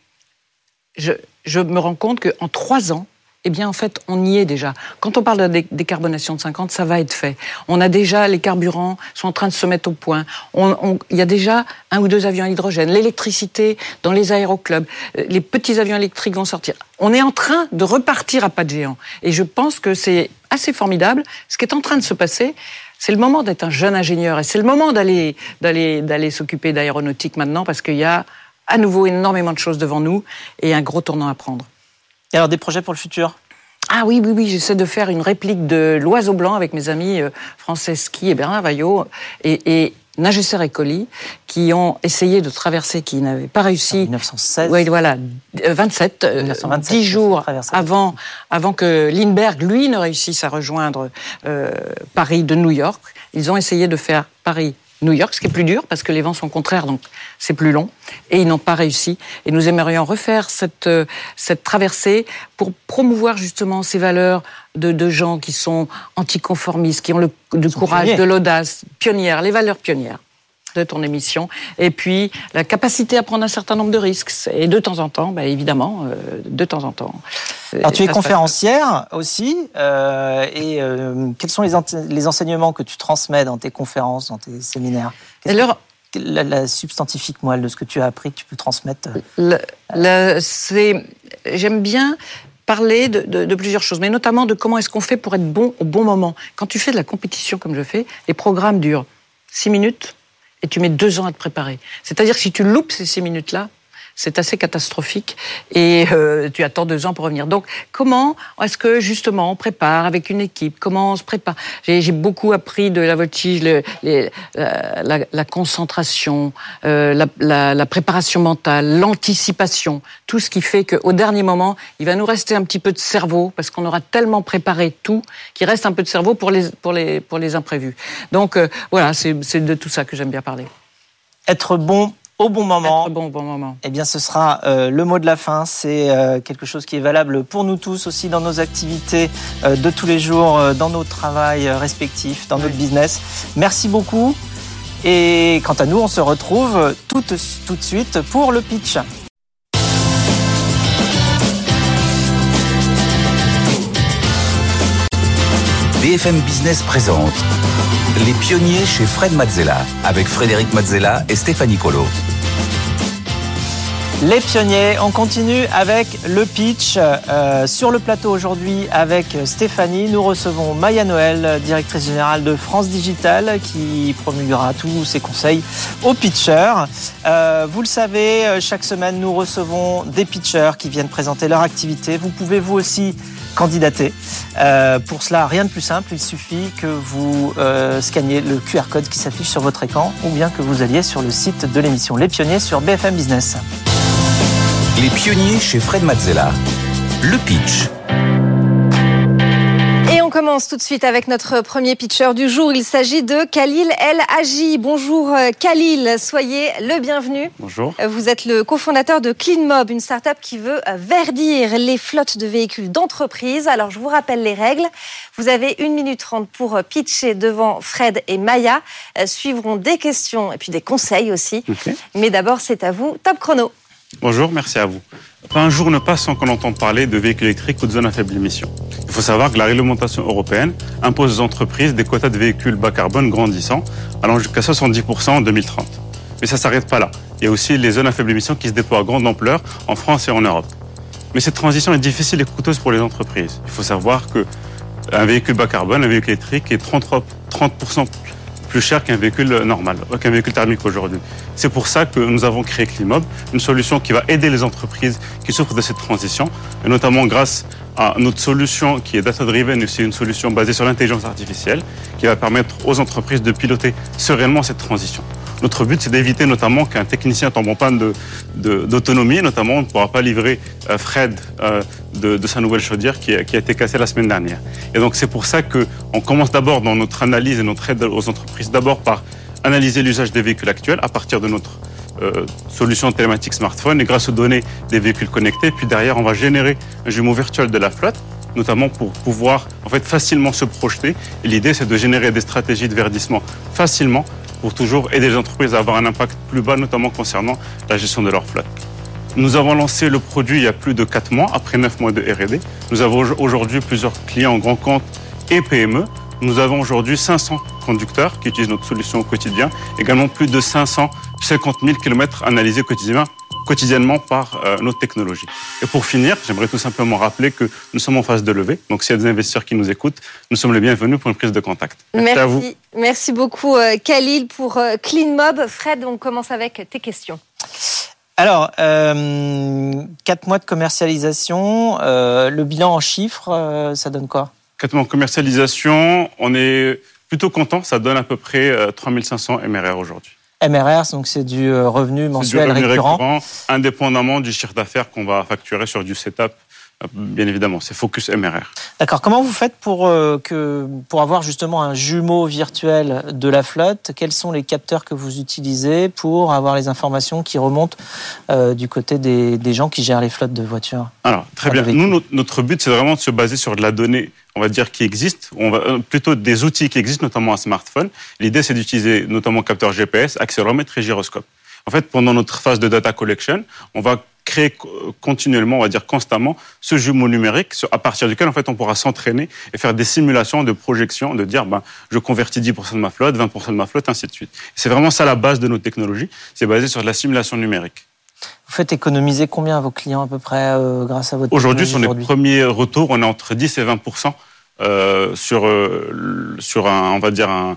je, je me rends compte qu'en trois ans, eh bien, en fait, on y est déjà. Quand on parle de dé- décarbonation de cinquante, ça va être fait. On a déjà, les carburants sont en train de se mettre au point. On, on, il y a déjà un ou deux avions à hydrogène. L'électricité dans les aéroclubs. Les petits avions électriques vont sortir. On est en train de repartir à pas de géant. Et je pense que c'est assez formidable. Ce qui est en train de se passer, c'est le moment d'être un jeune ingénieur. Et c'est le moment d'aller, d'aller, d'aller s'occuper d'aéronautique maintenant, parce qu'il y a à nouveau énormément de choses devant nous et un gros tournant à prendre. Et alors, des projets pour le futur? Ah oui, oui, oui, j'essaie de faire une réplique de l'Oiseau Blanc avec mes amis euh, Franceschi et Bernard Vaillot et, et Nagesser Ecoli, qui ont essayé de traverser, qui n'avaient pas réussi. En dix-neuf cent seize. Oui, voilà, vingt-sept, dix-neuf cent vingt-sept, dix jours avant, avant que Lindbergh, lui, ne réussisse à rejoindre euh, Paris de New York. Ils ont essayé de faire Paris New York, ce qui est plus dur parce que les vents sont contraires, donc c'est plus long. Et ils n'ont pas réussi. Et nous aimerions refaire cette, euh, cette traversée pour promouvoir justement ces valeurs de, de gens qui sont anticonformistes, qui ont le, le courage, pionniers. De l'audace, pionnières, les valeurs pionnières de ton émission. Et puis, la capacité à prendre un certain nombre de risques. Et de temps en temps, bah, évidemment, euh, de temps en temps. Alors, tu es conférencière aussi. Euh, et euh, quels sont les, en- les enseignements que tu transmets dans tes conférences, dans tes séminaires? Qu'est-ce Alors, que, la, la substantifique moelle de ce que tu as appris, que tu peux transmettre? le, le, c'est, j'aime bien parler de, de, de plusieurs choses, mais notamment de comment est-ce qu'on fait pour être bon au bon moment. Quand tu fais de la compétition comme je fais, les programmes durent six minutes, et tu mets deux ans à te préparer. C'est-à-dire que si tu loupes ces six minutes-là, c'est assez catastrophique et euh, tu attends deux ans pour revenir. Donc, comment est-ce que, justement, on prépare avec une équipe? Comment on se prépare? J'ai, j'ai beaucoup appris de la voltige, le, les, la, la, la concentration, euh, la, la, la préparation mentale, l'anticipation, tout ce qui fait qu'au dernier moment, il va nous rester un petit peu de cerveau parce qu'on aura tellement préparé tout qu'il reste un peu de cerveau pour les, pour les, pour les imprévus. Donc, euh, voilà, c'est, c'est de tout ça que j'aime bien parler. Être bon au bon moment. Être bon au bon moment. Eh bien, ce sera euh, le mot de la fin. C'est euh, quelque chose qui est valable pour nous tous aussi dans nos activités euh, de tous les jours, euh, dans nos travails euh, respectifs, dans oui. notre business. Merci beaucoup. Et quant à nous, on se retrouve tout, tout de suite pour le pitch. B F M Business présente Les pionniers chez Fred Mazzella avec Frédéric Mazzella et Stéphanie Colo. Les pionniers, on continue avec le pitch. Euh, sur le plateau aujourd'hui avec Stéphanie, nous recevons Maya Noël, directrice générale de France Digital, qui promulguera tous ses conseils aux pitchers. Euh, vous le savez, chaque semaine, nous recevons des pitchers qui viennent présenter leur activité. Vous pouvez vous aussi candidater. Euh, pour cela, rien de plus simple, il suffit que vous euh, scanniez le Q R code qui s'affiche sur votre écran ou bien que vous alliez sur le site de l'émission Les Pionniers sur B F M Business. Les pionniers chez Fred Mazzella. Le pitch. on commence tout de suite avec notre premier pitcher du jour. Il s'agit de Khalil El Hadji. Bonjour Khalil, soyez le bienvenu. Bonjour. Vous êtes le cofondateur de CleanMob, une start-up qui veut verdir les flottes de véhicules d'entreprise. Alors je vous rappelle les règles. Vous avez une minute trente pour pitcher devant Fred et Maya. Suivront des questions et puis des conseils aussi. Okay. Mais d'abord, c'est à vous. Top chrono. Bonjour, merci à vous. Pas un jour ne passe sans qu'on entende parler de véhicules électriques ou de zones à faible émission. Il faut savoir que la réglementation européenne impose aux entreprises des quotas de véhicules bas carbone grandissants, allant jusqu'à soixante-dix pour cent en deux mille trente. Mais ça ne s'arrête pas là. Il y a aussi les zones à faible émission qui se déploient à grande ampleur en France et en Europe. Mais cette transition est difficile et coûteuse pour les entreprises. Il faut savoir qu'un véhicule bas carbone, un véhicule électrique, est trente-trois, trente pour cent plus cher qu'un véhicule normal, qu'un véhicule thermique aujourd'hui. C'est pour ça que nous avons créé CleanMob, une solution qui va aider les entreprises qui souffrent de cette transition, et notamment grâce à notre solution qui est data-driven, c'est une solution basée sur l'intelligence artificielle, qui va permettre aux entreprises de piloter sereinement cette transition. Notre but, c'est d'éviter notamment qu'un technicien tombe en panne de, de, d'autonomie, notamment on ne pourra pas livrer euh, Fred euh, de, de sa nouvelle chaudière qui a, qui a été cassée la semaine dernière. Et donc c'est pour ça qu'on commence d'abord dans notre analyse et notre aide aux entreprises, d'abord par analyser l'usage des véhicules actuels à partir de notre euh, solution télématique smartphone et grâce aux données des véhicules connectés. Puis derrière, on va générer un jumeau virtuel de la flotte, notamment pour pouvoir en fait facilement se projeter. Et l'idée, c'est de générer des stratégies de verdissement facilement, pour toujours aider les entreprises à avoir un impact plus bas, notamment concernant la gestion de leur flotte. Nous avons lancé le produit il y a plus de quatre mois, après neuf mois de R et D. Nous avons aujourd'hui plusieurs clients en grand compte et P M E. Nous avons aujourd'hui cinq cents conducteurs qui utilisent notre solution au quotidien, également plus de cinq cent cinquante mille kilomètres analysés quotidiennement, quotidiennement par euh, notre technologie. Et pour finir, j'aimerais tout simplement rappeler que nous sommes en phase de levée. Donc s'il y a des investisseurs qui nous écoutent, nous sommes les bienvenus pour une prise de contact. Merci, Merci à vous. Merci beaucoup euh, Khalil pour euh, CleanMob. Fred, on commence avec tes questions. Alors, euh, quatre mois de commercialisation, euh, le bilan en chiffres, euh, ça donne quoi ? quatre mois de commercialisation, on est plutôt content. Ça donne à peu près euh, trois mille cinq cents M R R aujourd'hui. M R R, donc c'est du revenu mensuel du revenu récurrent. récurrent, indépendamment du chiffre d'affaires qu'on va facturer sur du setup. Bien évidemment, c'est Focus M R R. D'accord. Comment vous faites pour, euh, que, pour avoir justement un jumeau virtuel de la flotte ? Quels sont les capteurs que vous utilisez pour avoir les informations qui remontent euh, du côté des, des gens qui gèrent les flottes de voitures ? Alors, très bien. Nous, notre, notre but, c'est vraiment de se baser sur de la donnée, on va dire, qui existe, on va, plutôt des outils qui existent, notamment un smartphone. L'idée, c'est d'utiliser notamment capteur G P S, accéléromètre et gyroscope. En fait, pendant notre phase de data collection, on va créer continuellement, on va dire constamment, ce jumeau numérique à partir duquel en fait on pourra s'entraîner et faire des simulations de projections, de dire ben je convertis dix pour cent de ma flotte, vingt pour cent de ma flotte, ainsi de suite. C'est vraiment ça la base de notre technologie, c'est basé sur de la simulation numérique. Vous faites économiser combien à vos clients à peu près euh, grâce à votre Aujourd'hui, sur les premiers retours, on est entre dix et vingt pour cent euh, sur euh, sur un, on va dire un,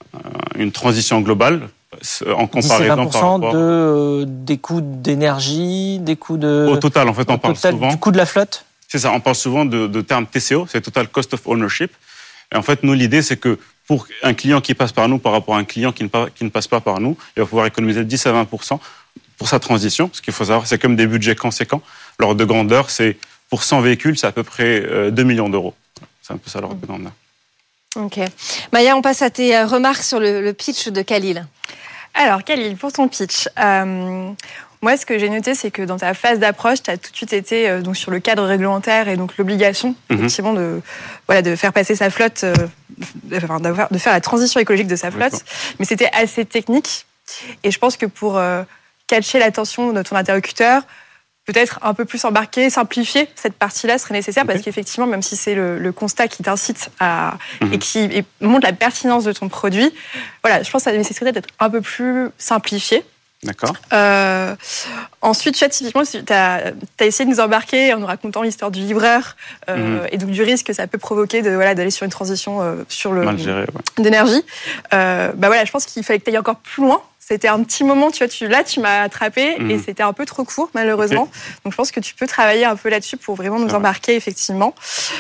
une transition globale. En comparaison dix et vingt pour cent par rapport... de, euh, des coûts d'énergie, des coûts de... Au total, en fait, on parle total, souvent... Du coût de la flotte ? C'est ça, on parle souvent de, de termes T C O, c'est Total Cost of Ownership. Et en fait, nous, l'idée, c'est que pour un client qui passe par nous par rapport à un client qui ne, qui ne passe pas par nous, il va pouvoir économiser dix à vingt pour cent pour sa transition. Ce qu'il faut savoir, c'est comme des budgets conséquents. L'ordre de grandeur, c'est pour cent véhicules, c'est à peu près deux millions d'euros. C'est un peu ça l'ordre de grandeur. Ok. Maya, on passe à tes remarques sur le, le pitch de Khalil. Alors, Khalil, pour ton pitch, euh, moi, ce que j'ai noté, c'est que dans ta phase d'approche, tu as tout de suite été euh, donc, sur le cadre réglementaire et donc l'obligation, mm-hmm. effectivement, de, voilà, de faire passer sa flotte, euh, enfin, de faire la transition écologique de sa flotte. D'accord. Mais c'était assez technique. Et je pense que pour euh, catcher l'attention de ton interlocuteur, peut-être un peu plus embarquer, simplifier cette partie-là serait nécessaire, okay. Parce qu'effectivement, même si c'est le, le constat qui t'incite à, mmh. et qui et montre la pertinence de ton produit, voilà, je pense que ça nécessiterait d'être un peu plus simplifié. D'accord. Euh, ensuite, tu vois, typiquement, tu as, as essayé de nous embarquer en nous racontant l'histoire du livreur euh, mmh. et donc du risque que ça peut provoquer de, voilà, d'aller sur une transition euh, sur le, mal géré, ouais. d'énergie. Euh, bah voilà, je pense qu'il fallait que tu ailles encore plus loin. C'était un petit moment, tu vois, tu, là, tu m'as attrapé mmh. et c'était un peu trop court, malheureusement. Okay. Donc, je pense que tu peux travailler un peu là-dessus pour vraiment nous embarquer, effectivement.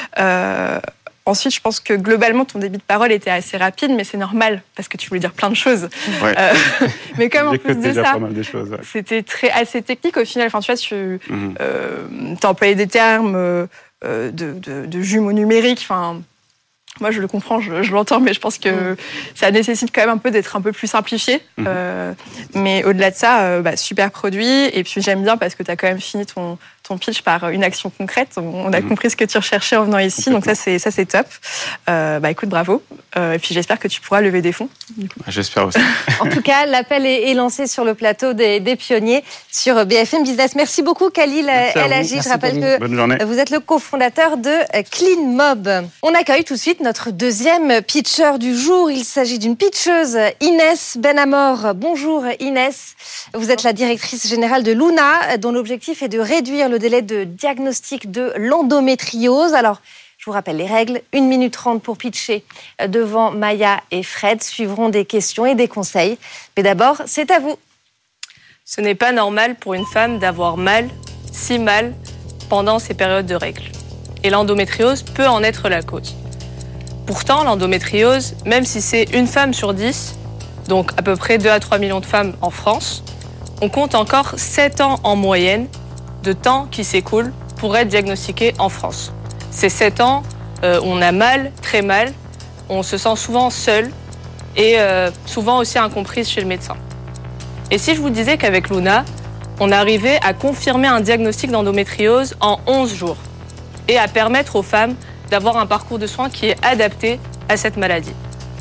Euh, ensuite, je pense que globalement, ton débit de parole était assez rapide, mais c'est normal, parce que tu voulais dire plein de choses. Ouais. Euh, mais comme en plus de ça, pas mal de choses, ouais. C'était très, assez technique au final. Enfin, tu vois, tu mmh. euh, as employé des termes euh, de, de, de jumeaux numériques, enfin... Moi, je le comprends, je, je l'entends, mais je pense que mmh. ça nécessite quand même un peu d'être un peu plus simplifié. Mmh. Euh, mais au-delà de ça, euh, bah, super produit. Et puis, j'aime bien parce que tu as quand même fini ton, ton pitch par une action concrète. On a mmh. compris ce que tu recherchais en venant ici. Donc ça, c'est, ça, c'est top. Euh, bah, écoute, bravo. Euh, et puis, j'espère que tu pourras lever des fonds. J'espère aussi. En tout cas, l'appel est, est lancé sur le plateau des, des pionniers sur B F M Business. Merci beaucoup, Khalil El Hadji. Je rappelle Khalil. que vous êtes le cofondateur de Clean Mob. On accueille tout de suite notre deuxième pitcher du jour. Il s'agit d'une pitcheuse, Inès Benamor. Bonjour Inès. Vous êtes la directrice générale de Luna, dont l'objectif est de réduire le délai de diagnostic de l'endométriose. Alors, je vous rappelle les règles. une minute trente pour pitcher devant Maya et Fred. Suivront des questions et des conseils. Mais d'abord, c'est à vous. Ce n'est pas normal pour une femme d'avoir mal, si mal, pendant ses périodes de règles. Et l'endométriose peut en être la cause. Pourtant, l'endométriose, même si c'est une femme sur dix, donc à peu près deux à trois millions de femmes en France, on compte encore sept ans en moyenne de temps qui s'écoule pour être diagnostiqué en France. Ces sept ans, euh, on a mal, très mal, on se sent souvent seul et euh, souvent aussi incomprise chez le médecin. Et si je vous disais qu'avec Luna, on arrivait à confirmer un diagnostic d'endométriose en onze jours et à permettre aux femmes d'avoir un parcours de soins qui est adapté à cette maladie.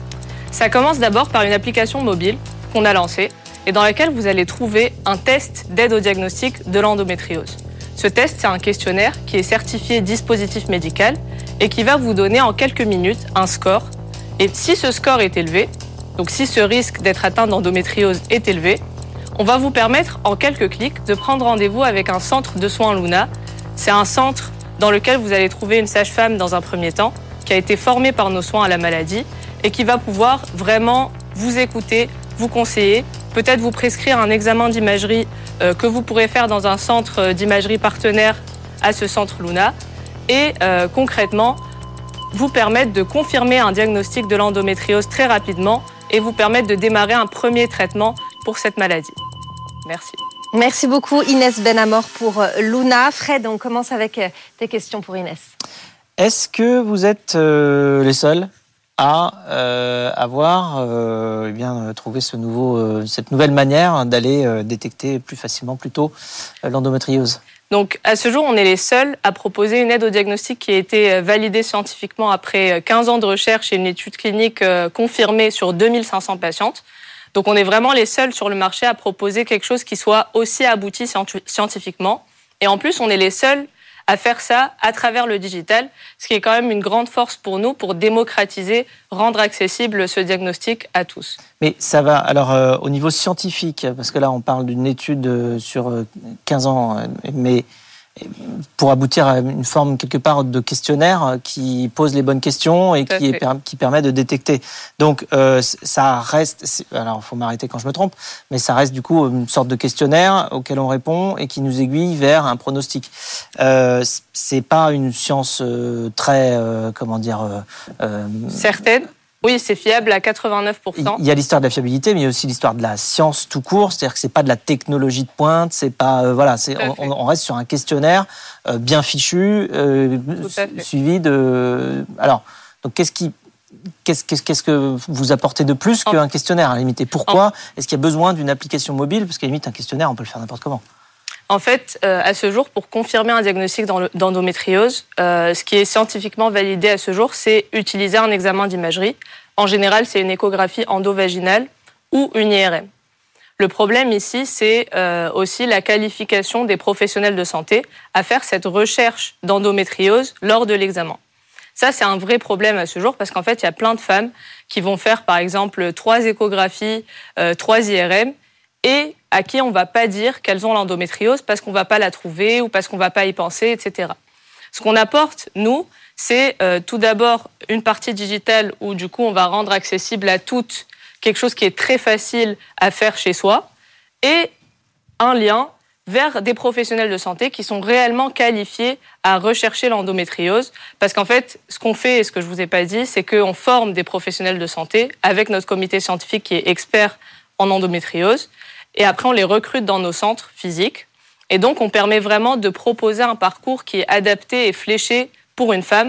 Ça commence d'abord par une application mobile qu'on a lancée et dans laquelle vous allez trouver un test d'aide au diagnostic de l'endométriose. Ce test, c'est un questionnaire qui est certifié dispositif médical et qui va vous donner en quelques minutes un score. Et si ce score est élevé, donc si ce risque d'être atteint d'endométriose est élevé, on va vous permettre en quelques clics de prendre rendez-vous avec un centre de soins Luna. C'est un centre dans lequel vous allez trouver une sage-femme dans un premier temps, qui a été formée par nos soins à la maladie et qui va pouvoir vraiment vous écouter, vous conseiller, peut-être vous prescrire un examen d'imagerie euh, que vous pourrez faire dans un centre d'imagerie partenaire à ce centre Luna et euh, concrètement vous permettre de confirmer un diagnostic de l'endométriose très rapidement et vous permettre de démarrer un premier traitement pour cette maladie. Merci. Merci beaucoup Inès Benamor pour Luna. Fred, on commence avec tes questions pour Inès. Est-ce que vous êtes euh, les seuls à euh, avoir euh, eh bien, trouvé ce nouveau, euh, cette nouvelle manière d'aller euh, détecter plus facilement, plus tôt, euh, l'endométriose ? Donc, à ce jour, on est les seuls à proposer une aide au diagnostic qui a été validée scientifiquement après quinze ans de recherche et une étude clinique confirmée sur deux mille cinq cents patientes. Donc, on est vraiment les seuls sur le marché à proposer quelque chose qui soit aussi abouti scientifiquement. Et en plus, on est les seuls à faire ça à travers le digital, ce qui est quand même une grande force pour nous pour démocratiser, rendre accessible ce diagnostic à tous. Mais ça va, alors euh, au niveau scientifique, parce que là on parle d'une étude sur quinze ans, mais pour aboutir à une forme quelque part de questionnaire qui pose les bonnes questions et qui, est, qui permet de détecter. Donc euh, ça reste, alors il faut m'arrêter quand je me trompe, mais ça reste du coup une sorte de questionnaire auquel on répond et qui nous aiguille vers un pronostic. Euh, c'est pas une science euh, très, euh, comment dire... Euh, certaine. Oui, c'est fiable à quatre-vingt-neuf pour cent. Il y a l'histoire de la fiabilité, mais il y a aussi l'histoire de la science tout court. C'est-à-dire que c'est pas de la technologie de pointe. C'est pas euh, voilà. C'est on, on reste sur un questionnaire euh, bien fichu, euh, suivi de. Alors, donc qu'est-ce qui Qu'est-ce, qu'est-ce, qu'est-ce que vous apportez de plus qu'un en... questionnaire à la limite ? Et pourquoi en... est-ce qu'il y a besoin d'une application mobile ? Parce qu'à la limite, un questionnaire, on peut le faire n'importe comment. En fait, euh, à ce jour, pour confirmer un diagnostic d'endométriose, euh, ce qui est scientifiquement validé à ce jour, c'est utiliser un examen d'imagerie. En général, c'est une échographie endovaginale ou une I R M. Le problème ici, c'est euh, aussi la qualification des professionnels de santé à faire cette recherche d'endométriose lors de l'examen. Ça, c'est un vrai problème à ce jour parce qu'en fait, il y a plein de femmes qui vont faire, par exemple, trois échographies, euh, trois I R M et à qui on ne va pas dire qu'elles ont l'endométriose parce qu'on ne va pas la trouver ou parce qu'on ne va pas y penser, et cetera. Ce qu'on apporte, nous, c'est euh, tout d'abord une partie digitale où, du coup, on va rendre accessible à toutes quelque chose qui est très facile à faire chez soi et un lien vers des professionnels de santé qui sont réellement qualifiés à rechercher l'endométriose. Parce qu'en fait, ce qu'on fait et ce que je ne vous ai pas dit, c'est qu'on forme des professionnels de santé avec notre comité scientifique qui est expert en endométriose. Et après, on les recrute dans nos centres physiques. Et donc, on permet vraiment de proposer un parcours qui est adapté et fléché pour une femme.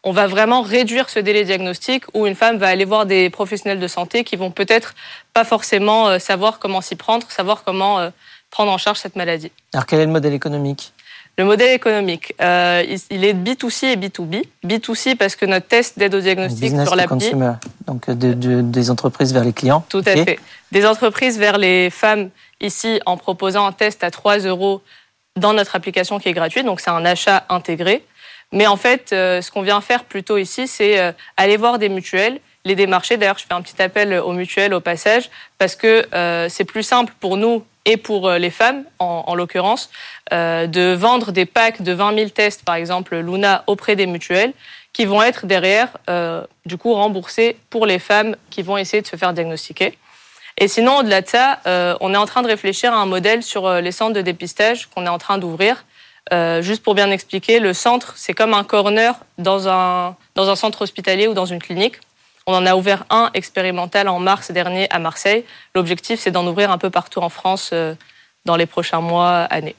on va vraiment réduire ce délai diagnostic où une femme va aller voir des professionnels de santé qui vont peut-être pas forcément savoir comment s'y prendre, savoir comment prendre en charge cette maladie. Alors quel est le modèle économique ? Le modèle économique, euh, il est B deux C et B deux B. B deux C parce que notre test d'aide au diagnostic business sur l'appli... consumer, donc de, de, des entreprises vers les clients. Tout à okay. fait. Des entreprises vers les femmes, ici, en proposant un test à trois euros dans notre application qui est gratuite, donc c'est un achat intégré. Mais en fait, euh, ce qu'on vient faire plutôt ici, c'est euh, aller voir des mutuelles, les démarcher. D'ailleurs, je fais un petit appel aux mutuelles au passage, parce que euh, c'est plus simple pour nous et pour les femmes, en, en l'occurrence, euh, de vendre des packs de vingt mille tests, par exemple Luna, auprès des mutuelles, qui vont être derrière, euh, du coup, remboursés pour les femmes qui vont essayer de se faire diagnostiquer. Et sinon, au-delà de ça, euh, on est en train de réfléchir à un modèle sur les centres de dépistage qu'on est en train d'ouvrir. Euh, juste pour bien expliquer, le centre, c'est comme un corner dans un, dans un centre hospitalier ou dans une clinique. On en a ouvert un expérimental en mars dernier à Marseille. L'objectif, c'est d'en ouvrir un peu partout en France euh, dans les prochains mois, années.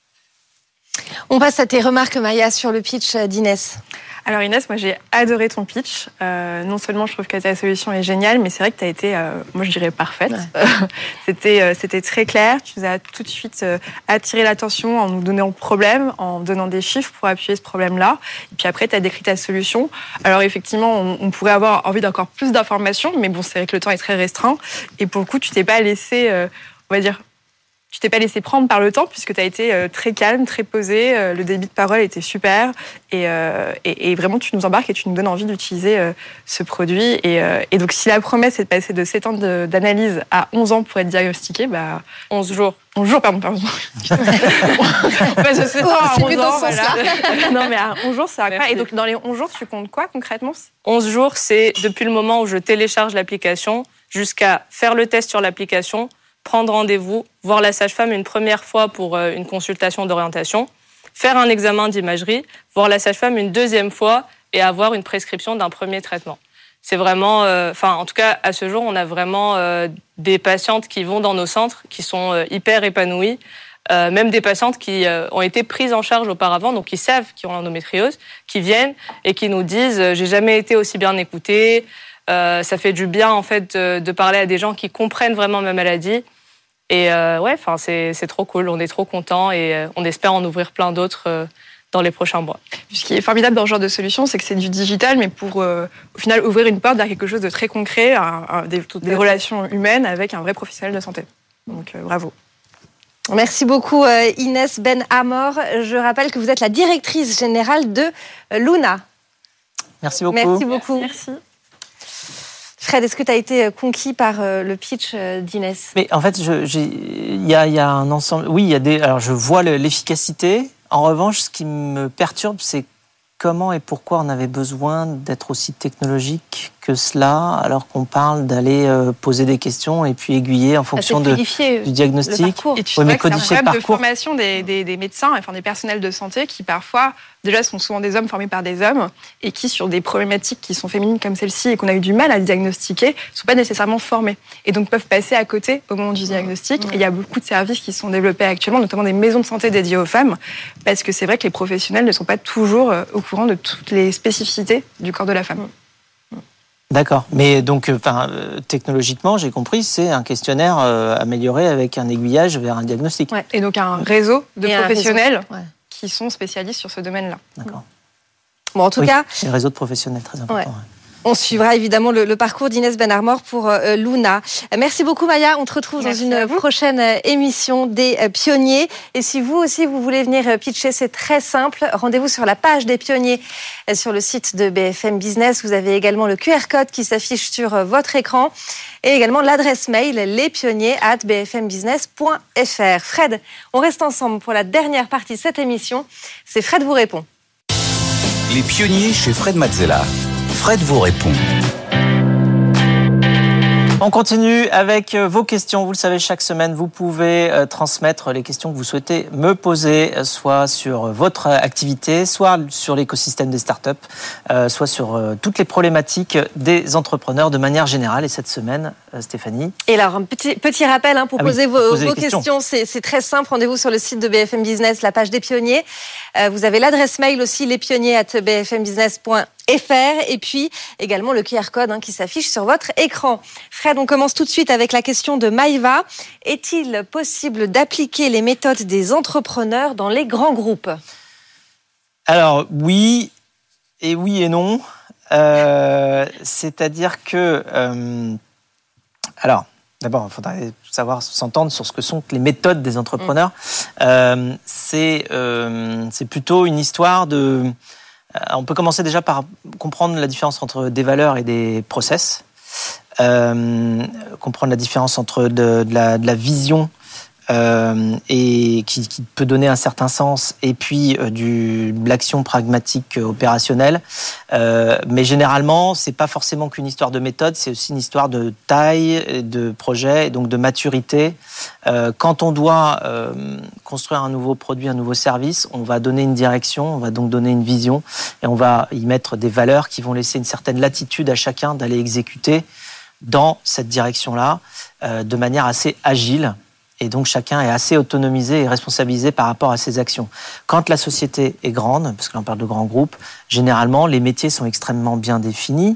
On passe à tes remarques, Maya, sur le pitch d'Inès. Alors Inès, moi j'ai adoré ton pitch. Euh, non seulement je trouve que ta solution est géniale, mais c'est vrai que tu as été, euh, moi je dirais, parfaite. Ouais. c'était, euh, c'était très clair. Tu nous as tout de suite euh, attiré l'attention en nous donnant le problème, en donnant des chiffres pour appuyer ce problème-là. Et puis après, tu as décrit ta solution. Alors effectivement, on, on pourrait avoir envie d'encore plus d'informations, mais bon, c'est vrai que le temps est très restreint. Et pour le coup, tu t'es pas laissé, euh, on va dire, tu t'es pas laissé prendre par le temps puisque tu as été euh, très calme, très posé. Euh, le débit de parole était super. Et, euh, et, et vraiment, tu nous embarques et tu nous donnes envie d'utiliser euh, ce produit. Et, euh, et donc, si la promesse est de passer de sept ans de, d'analyse à onze ans pour être diagnostiqué, bah, onze jours. onze jours, pardon, pardon. On passe de sept ans à onze ans, voilà. Non, mais à onze jours, ça va pas. Et donc, dans les onze jours, tu comptes quoi concrètement ? onze jours, c'est depuis le moment où je télécharge l'application jusqu'à faire le test sur l'application, prendre rendez-vous, voir la sage-femme une première fois pour une consultation d'orientation, faire un examen d'imagerie, voir la sage-femme une deuxième fois et avoir une prescription d'un premier traitement. C'est vraiment, euh, enfin, en tout cas, à ce jour, on a vraiment euh, des patientes qui vont dans nos centres, qui sont euh, hyper épanouies, euh, même des patientes qui euh, ont été prises en charge auparavant, donc qui savent qu'ils ont l'endométriose, qui viennent et qui nous disent euh, « j'ai jamais été aussi bien écoutée ». Euh, ça fait du bien en fait de, de parler à des gens qui comprennent vraiment ma maladie. Et euh, ouais, enfin c'est, c'est trop cool. On est trop contents et euh, on espère en ouvrir plein d'autres euh, dans les prochains mois. Ce qui est formidable dans ce genre de solution, c'est que c'est du digital, mais pour euh, au final ouvrir une porte vers quelque chose de très concret, un, un, des, des relations humaines avec un vrai professionnel de santé. Donc euh, bravo. Merci beaucoup euh, Inès Ben Amor. Je rappelle que vous êtes la directrice générale de euh, Luna. Merci beaucoup. Merci beaucoup. Merci. Fred, est-ce que tu as été conquis par euh, le pitch euh, d'Inès ? Mais en fait, il y a, y a un ensemble. Oui, il y a des. Alors, je vois le, l'efficacité. En revanche, ce qui me perturbe, c'est comment et pourquoi on avait besoin d'être aussi technologique que cela, alors qu'on parle d'aller euh, poser des questions et puis aiguiller en fonction de, du diagnostic. Et tu sais ouais, que c'est un problème de formation des, des, des médecins, enfin des personnels de santé qui parfois, déjà, sont souvent des hommes formés par des hommes et qui, sur des problématiques qui sont féminines comme celle-ci et qu'on a eu du mal à diagnostiquer, ne sont pas nécessairement formés et donc peuvent passer à côté au moment du diagnostic. Mmh. Et il y a beaucoup de services qui sont développés actuellement, notamment des maisons de santé dédiées aux femmes, parce que c'est vrai que les professionnels ne sont pas toujours au courant de toutes les spécificités du corps de la femme. D'accord, mais donc, enfin, euh, technologiquement, j'ai compris, c'est un questionnaire euh, amélioré avec un aiguillage vers un diagnostic. Ouais. Et donc un réseau de et professionnels réseau. Ouais. qui sont spécialistes sur ce domaine-là. D'accord. Bon, en tout oui, cas, c'est le réseau de professionnels très important. Ouais. Ouais. On suivra évidemment le, le parcours d'Inès Ben Amor pour euh, Luna. Merci beaucoup Maya, on te retrouve Merci dans une prochaine émission des euh, Pionniers. Et si vous aussi vous voulez venir pitcher, c'est très simple. Rendez-vous sur la page des Pionniers euh, sur le site de B F M Business. Vous avez également le Q R code qui s'affiche sur euh, votre écran et également l'adresse mail lespionniers arobase b f m business point f r. Fred, on reste ensemble pour la dernière partie de cette émission. C'est Fred vous répond. Les Pionniers chez Fred Mazzella. Fred vous répond. On continue avec vos questions. Vous le savez, chaque semaine, vous pouvez transmettre les questions que vous souhaitez me poser, soit sur votre activité, soit sur l'écosystème des startups, soit sur toutes les problématiques des entrepreneurs de manière générale. Et cette semaine, Stéphanie. Et alors, un petit, petit rappel hein, pour ah poser oui, vos, poser vos questions. questions. C'est, c'est très simple. Rendez-vous sur le site de B F M Business, la page des Pionniers. Vous avez l'adresse mail aussi, lespionniers arobase b f m business point f r. F R et puis également le Q R code hein, qui s'affiche sur votre écran. Fred, on commence tout de suite avec la question de Maïva. Est-il possible d'appliquer les méthodes des entrepreneurs dans les grands groupes ? Alors oui, et oui et non. Euh, c'est-à-dire que... Euh, alors, d'abord, il faudrait savoir s'entendre sur ce que sont les méthodes des entrepreneurs. Mmh. Euh, c'est, euh, c'est plutôt une histoire de... Euh, on peut commencer déjà par comprendre la différence entre des valeurs et des process. Euh, comprendre la différence entre de, de, la, de la vision euh, et qui, qui peut donner un certain sens, et puis euh, du, de l'action pragmatique euh, opérationnelle. Euh, mais généralement, c'est pas forcément qu'une histoire de méthode, c'est aussi une histoire de taille, de projet, et donc de maturité. Euh, quand on doit euh, construire un nouveau produit, un nouveau service, on va donner une direction, on va donc donner une vision, et on va y mettre des valeurs qui vont laisser une certaine latitude à chacun d'aller exécuter dans cette direction-là, euh, de manière assez agile. Et donc, chacun est assez autonomisé et responsabilisé par rapport à ses actions. Quand la société est grande, parce que là, on parle de grands groupes, généralement, les métiers sont extrêmement bien définis.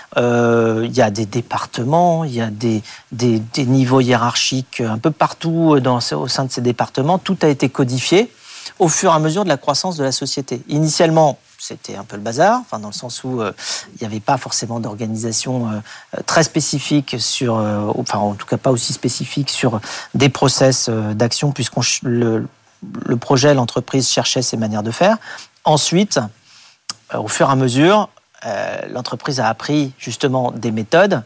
Euh, il y a des départements, il y a des, des, des niveaux hiérarchiques un peu partout dans, au sein de ces départements. Tout a été codifié au fur et à mesure de la croissance de la société. Initialement, c'était un peu le bazar, enfin dans le sens où euh, il n'y avait pas forcément d'organisation euh, très spécifique sur, euh, enfin en tout cas pas aussi spécifique sur des process euh, d'action, puisqu'on le, le projet, l'entreprise cherchait ses manières de faire. Ensuite, euh, au fur et à mesure, euh, l'entreprise a appris justement des méthodes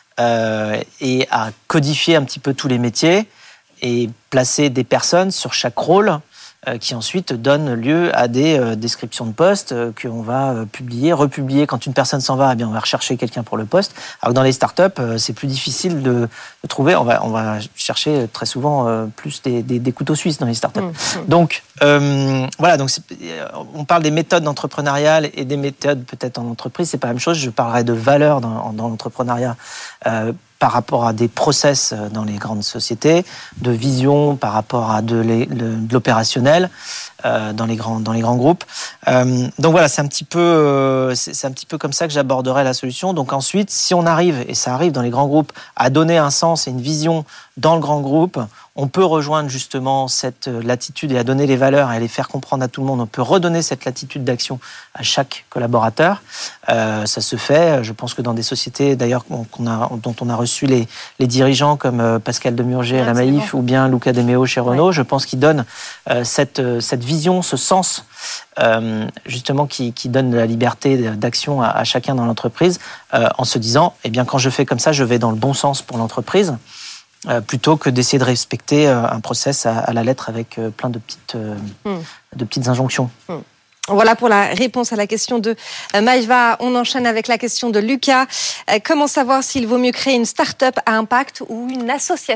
euh, et a codifié un petit peu tous les métiers et placé des personnes sur chaque rôle, qui ensuite donne lieu à des euh, descriptions de postes euh, qu'on va euh, publier, republier. Quand une personne s'en va, eh bien, on va rechercher quelqu'un pour le poste. Alors que dans les startups, euh, c'est plus difficile de, de trouver. On va, on va chercher très souvent euh, plus des, des, des couteaux suisses dans les startups. Mmh. Donc, euh, voilà. Donc, c'est, on parle des méthodes entrepreneuriales et des méthodes peut-être en entreprise. C'est pas la même chose. Je parlerai de valeurs dans, dans l'entrepreneuriat. Euh, par rapport à des process dans les grandes sociétés, de vision par rapport à de, de l'opérationnel euh, dans les grands dans les grands groupes. Euh, donc voilà, c'est un petit peu euh, c'est, c'est un petit peu comme ça que j'aborderai la solution. Donc ensuite, si on arrive, et ça arrive dans les grands groupes, à donner un sens et une vision dans le grand groupe, on peut rejoindre justement cette latitude et à donner les valeurs et à les faire comprendre à tout le monde. On peut redonner cette latitude d'action à chaque collaborateur. Euh, ça se fait, je pense que dans des sociétés d'ailleurs qu'on a, dont on a reçu les, les dirigeants comme Pascal Demurger à la Maïf ou bien Luca De Meo chez Renault, ouais. Je pense qu'ils donnent euh, cette, cette vision, ce sens euh, justement qui, qui donne de la liberté d'action à, à chacun dans l'entreprise euh, en se disant, eh bien quand je fais comme ça, je vais dans le bon sens pour l'entreprise. Euh, plutôt que d'essayer de respecter euh, un process à, à la lettre avec euh, plein de petites, euh, mm. de petites injonctions. Mm. Voilà pour la réponse à la question de euh, Maïva. On enchaîne avec la question de Lucas. Euh, comment savoir s'il vaut mieux créer une start-up à impact ou une association ?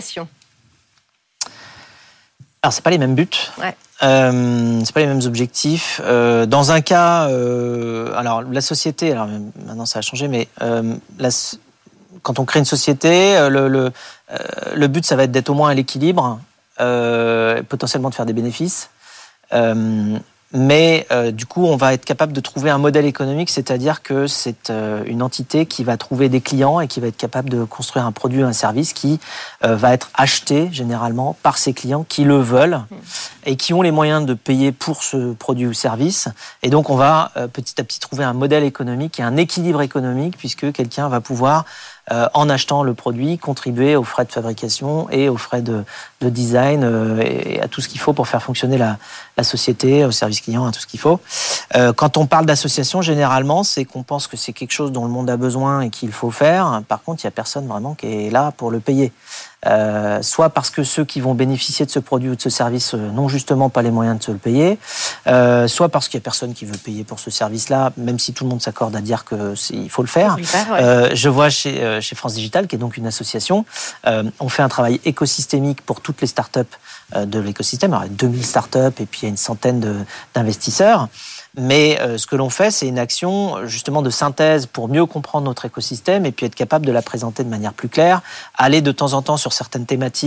Alors, c'est pas les mêmes buts. Ouais. Euh, c'est pas les mêmes objectifs. Euh, dans un cas, euh, alors la société, alors maintenant ça a changé, mais euh, la quand on crée une société, le, le, euh, le but, ça va être d'être au moins à l'équilibre, euh, potentiellement de faire des bénéfices. Euh, mais euh, du coup, on va être capable de trouver un modèle économique, c'est-à-dire que c'est euh, une entité qui va trouver des clients et qui va être capable de construire un produit ou un service qui euh, va être acheté généralement par ses clients qui le veulent et qui ont les moyens de payer pour ce produit ou service. Et donc, on va euh, petit à petit trouver un modèle économique et un équilibre économique puisque quelqu'un va pouvoir Euh, en achetant le produit, contribuer aux frais de fabrication et aux frais de, de design euh, et à tout ce qu'il faut pour faire fonctionner la, la société, au service client, à tout ce qu'il faut. Euh, quand on parle d'association, généralement, c'est qu'on pense que c'est quelque chose dont le monde a besoin et qu'il faut faire. Par contre, il n'y a personne vraiment qui est là pour le payer. Euh, soit parce que ceux qui vont bénéficier de ce produit ou de ce service n'ont justement pas les moyens de se le payer, euh, soit parce qu'il n'y a personne qui veut payer pour ce service-là, même si tout le monde s'accorde à dire qu'il faut le faire. Le faire ouais. euh, je vois chez, euh, chez France Digital, qui est donc une association, euh, on fait un travail écosystémique pour toutes les startups euh, de l'écosystème. Alors, il y a deux mille startups et puis il y a une centaine de, d'investisseurs. Mais euh, ce que l'on fait, c'est une action justement de synthèse pour mieux comprendre notre écosystème et puis être capable de la présenter de manière plus claire, aller de temps en temps sur certaines thématiques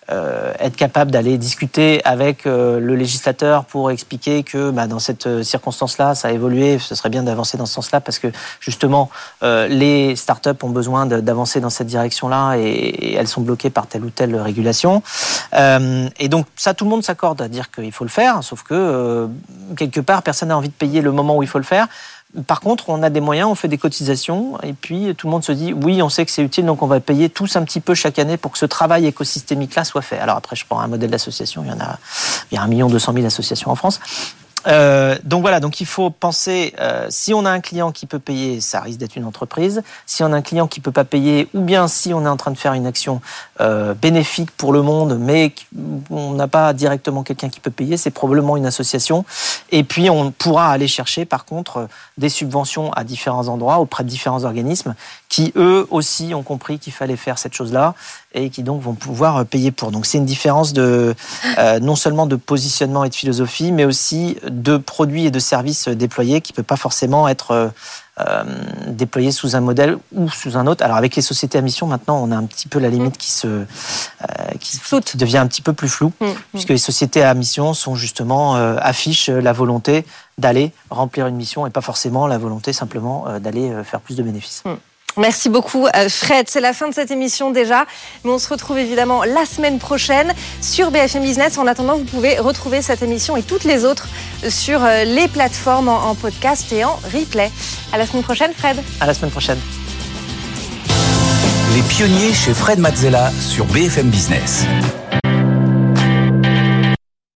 euh, être capable d'aller discuter avec euh, le législateur pour expliquer que bah, dans cette circonstance-là, ça a évolué, ce serait bien d'avancer dans ce sens-là parce que justement, euh, les startups ont besoin de, d'avancer dans cette direction-là et, et elles sont bloquées par telle ou telle régulation. Euh, et donc ça, tout le monde s'accorde à dire qu'il faut le faire, sauf que euh, quelque part, personne n'a envie de payer le moment où il faut le faire. Par contre, on a des moyens, on fait des cotisations et puis tout le monde se dit oui, on sait que c'est utile, donc on va payer tous un petit peu chaque année pour que ce travail écosystémique-là soit fait. Alors après, je prends un modèle d'association, il y en a, il y a un million deux cent mille associations en France. Euh, donc voilà, donc il faut penser, euh, si on a un client qui peut payer, ça risque d'être une entreprise. Si on a un client qui peut pas payer, ou bien si on est en train de faire une action euh, bénéfique pour le monde, mais on n'a pas directement quelqu'un qui peut payer, c'est probablement une association. Et puis on pourra aller chercher par contre des subventions à différents endroits, auprès de différents organismes, qui eux aussi ont compris qu'il fallait faire cette chose-là et qui donc vont pouvoir payer pour. Donc c'est une différence de euh, non seulement de positionnement et de philosophie, mais aussi de produits et de services déployés qui ne peut pas forcément être euh, euh, déployé sous un modèle ou sous un autre. Alors avec les sociétés à mission, maintenant, on a un petit peu la limite qui se euh, qui, qui devient un petit peu plus floue, mmh. puisque les sociétés à mission sont justement euh, affichent la volonté d'aller remplir une mission et pas forcément la volonté simplement euh, d'aller euh, faire plus de bénéfices. Mmh. Merci beaucoup Fred, c'est la fin de cette émission déjà, mais on se retrouve évidemment la semaine prochaine sur B F M Business. En attendant, vous pouvez retrouver cette émission et toutes les autres sur les plateformes en podcast et en replay. À la semaine prochaine Fred. À la semaine prochaine. Les pionniers chez Fred Mazzella sur B F M Business.